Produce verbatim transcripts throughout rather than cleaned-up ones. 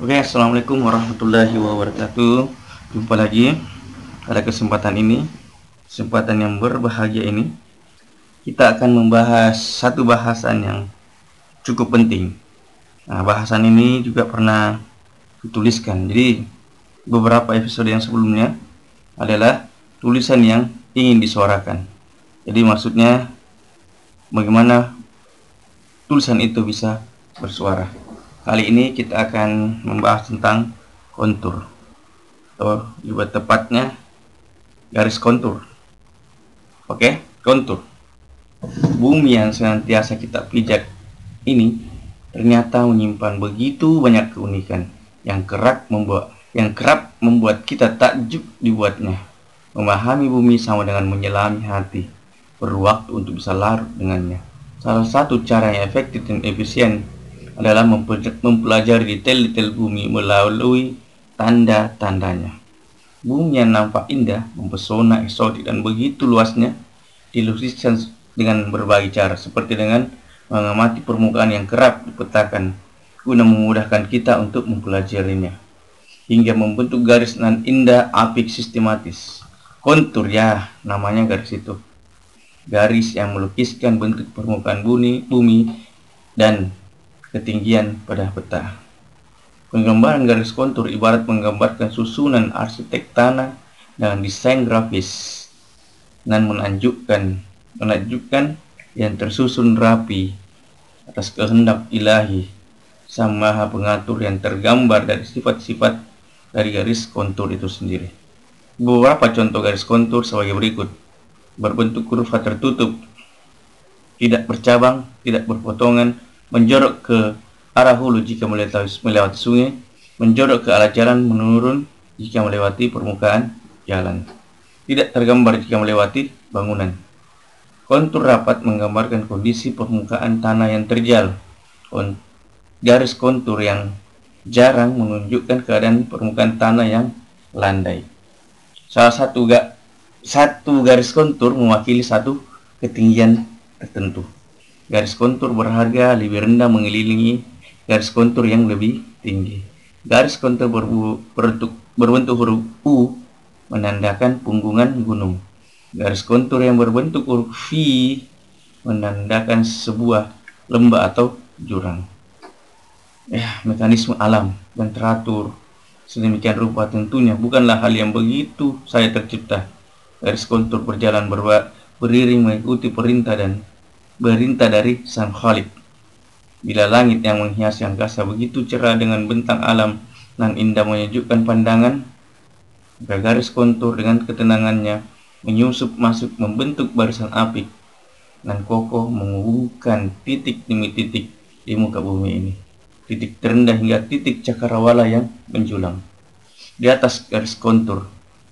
Oke, assalamualaikum warahmatullahi wabarakatuh. Jumpa lagi pada kesempatan ini, kesempatan yang berbahagia ini. Kita akan membahas satu bahasan yang cukup penting. Nah, bahasan ini juga pernah dituliskan. Jadi, beberapa episode yang sebelumnya adalah tulisan yang ingin disuarakan. Jadi, maksudnya bagaimana tulisan itu bisa bersuara. Kali ini kita akan membahas tentang kontur, atau lebih tepatnya garis kontur. Oke, kontur. Bumi yang senantiasa kita pijak ini ternyata menyimpan begitu banyak keunikan yang kerap membuat yang kerap membuat kita takjub dibuatnya. Memahami bumi sama dengan menyelami hati, perlu waktu untuk bisa larut dengannya. Salah satu cara yang efektif dan efisien adalah mempelajari detail-detail bumi melalui tanda-tandanya. Bumi yang nampak indah, mempesona, eksotik, dan begitu luasnya dilukiskan dengan berbagai cara, seperti dengan mengamati permukaan yang kerap dipetakan guna memudahkan kita untuk mempelajarinya, hingga membentuk garis nan indah, apik, sistematis. Kontur, ya namanya garis itu. Garis yang melukiskan bentuk permukaan bumi, bumi dan ketinggian pada peta. Penggambaran garis kontur ibarat menggambarkan susunan arsitek tanah dengan desain grafis dan menunjukkan menunjukkan yang tersusun rapi atas kehendak ilahi Sang Maha Pengatur yang tergambar dari sifat-sifat dari garis kontur itu sendiri. Beberapa contoh garis kontur sebagai berikut. Berbentuk kurva tertutup, tidak bercabang, tidak berpotongan, menjorok ke arah hulu jika melewati, melewati sungai, menjorok ke arah jalan menurun jika melewati permukaan jalan, tidak tergambar jika melewati bangunan. Kontur rapat menggambarkan kondisi permukaan tanah yang terjal. Garis kontur yang jarang menunjukkan keadaan permukaan tanah yang landai. Salah satu ga, satu garis kontur mewakili satu ketinggian tertentu. Garis kontur berharga lebih rendah mengelilingi garis kontur yang lebih tinggi. Garis kontur berbentuk, berbentuk huruf U menandakan punggungan gunung. Garis kontur yang berbentuk huruf V menandakan sebuah lembah atau jurang. Ya, mekanisme alam yang teratur sedemikian rupa tentunya bukanlah hal yang begitu saja tercipta. Garis kontur berjalan berba, beriring mengikuti perintah dan perintah dari Sang Khalik. Bila langit yang menghiasi angkasa begitu cerah dengan bentang alam dan indah menyejukkan pandangan, maka garis kontur dengan ketenangannya menyusup masuk membentuk barisan apik dan kokoh menghubungkan titik demi titik di muka bumi ini. Titik terendah hingga titik cakrawala yang menjulang. Di atas garis kontur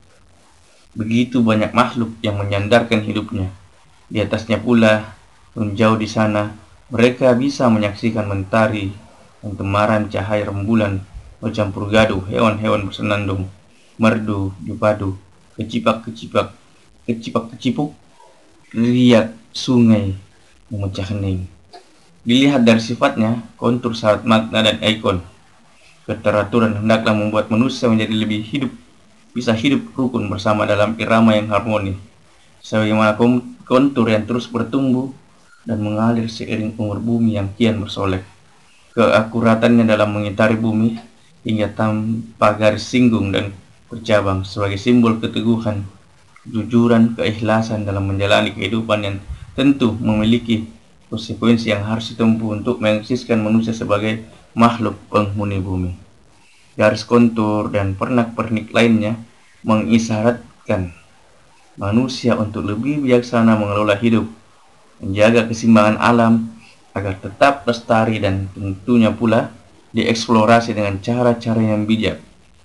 begitu banyak makhluk yang menyandarkan hidupnya. Di atasnya pula, menjauh di sana, mereka bisa menyaksikan mentari dan temaran cahaya rembulan bercampur gaduh hewan-hewan bersenandung, merdu dipadu, kecipak-kecipak, kecipak-kecipuk, riak sungai memecah hening. Dilihat dari sifatnya, kontur syarat makna dan ikon. Keteraturan hendaklah membuat manusia menjadi lebih hidup, bisa hidup rukun bersama dalam irama yang harmoni. Sebagaimana kontur yang terus bertumbuh dan mengalir seiring umur bumi yang kian bersolek. Keakuratannya dalam mengitari bumi hingga tanpa garis singgung dan bercabang sebagai simbol keteguhan, kejujuran, keikhlasan dalam menjalani kehidupan yang tentu memiliki konsekuensi yang harus ditempuh untuk mengeksiskan manusia sebagai makhluk penghuni bumi. Garis kontur dan pernak-pernik lainnya mengisyaratkan manusia untuk lebih bijaksana mengelola hidup, menjaga keseimbangan alam agar tetap lestari dan tentunya pula dieksplorasi dengan cara-cara yang bijak.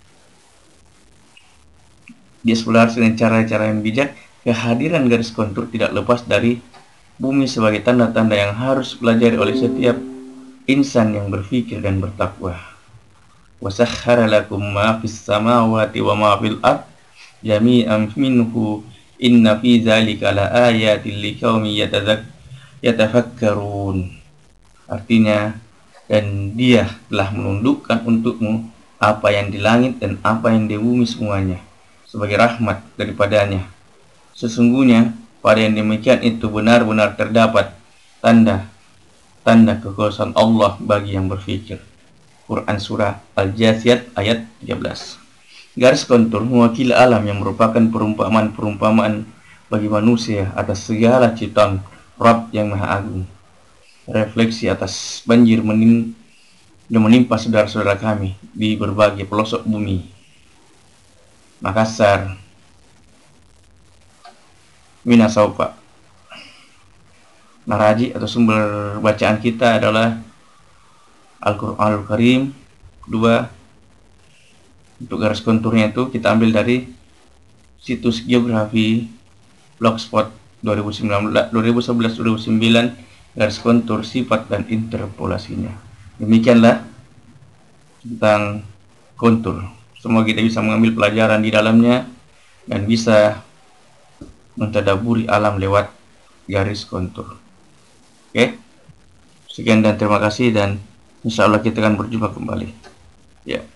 Dieksplorasi dengan cara-cara yang bijak, kehadiran garis kontur tidak lepas dari bumi sebagai tanda-tanda yang harus dipelajari oleh setiap insan yang berpikir dan bertakwa. Wasakhkhara lakum ma fis samawati wa ma fil ard jami'an minhu inna fi dzalika laayatil liqaumin yatafakkarun. Artinya, dan Dia telah menundukkan untukmu apa yang di langit dan apa yang di bumi semuanya sebagai rahmat daripadanya. Sesungguhnya pada yang demikian itu benar-benar terdapat tanda tanda kekuasaan Allah bagi yang berfikir. Quran Surah Al-Jasiyat ayat tiga belas. Garis kontur mewakili alam yang merupakan perumpamaan-perumpamaan bagi manusia atas segala ciptaan Rabb yang Maha Agung. Refleksi atas banjir menim yang menimpa saudara-saudara kami di berbagai pelosok bumi. Makassar, Minasaupa. Naraji atau sumber bacaan kita adalah Al-Quranul Karim. Kedua, untuk garis konturnya itu kita ambil dari situs geografi Blogspot dua ribu sebelas dua ribu sembilan garis kontur sifat dan interpolasinya. Demikianlah tentang kontur. Semoga kita bisa mengambil pelajaran di dalamnya dan bisa mentadaburi alam lewat garis kontur. Oke, sekian dan terima kasih, dan insya Allah kita akan berjumpa kembali. Ya.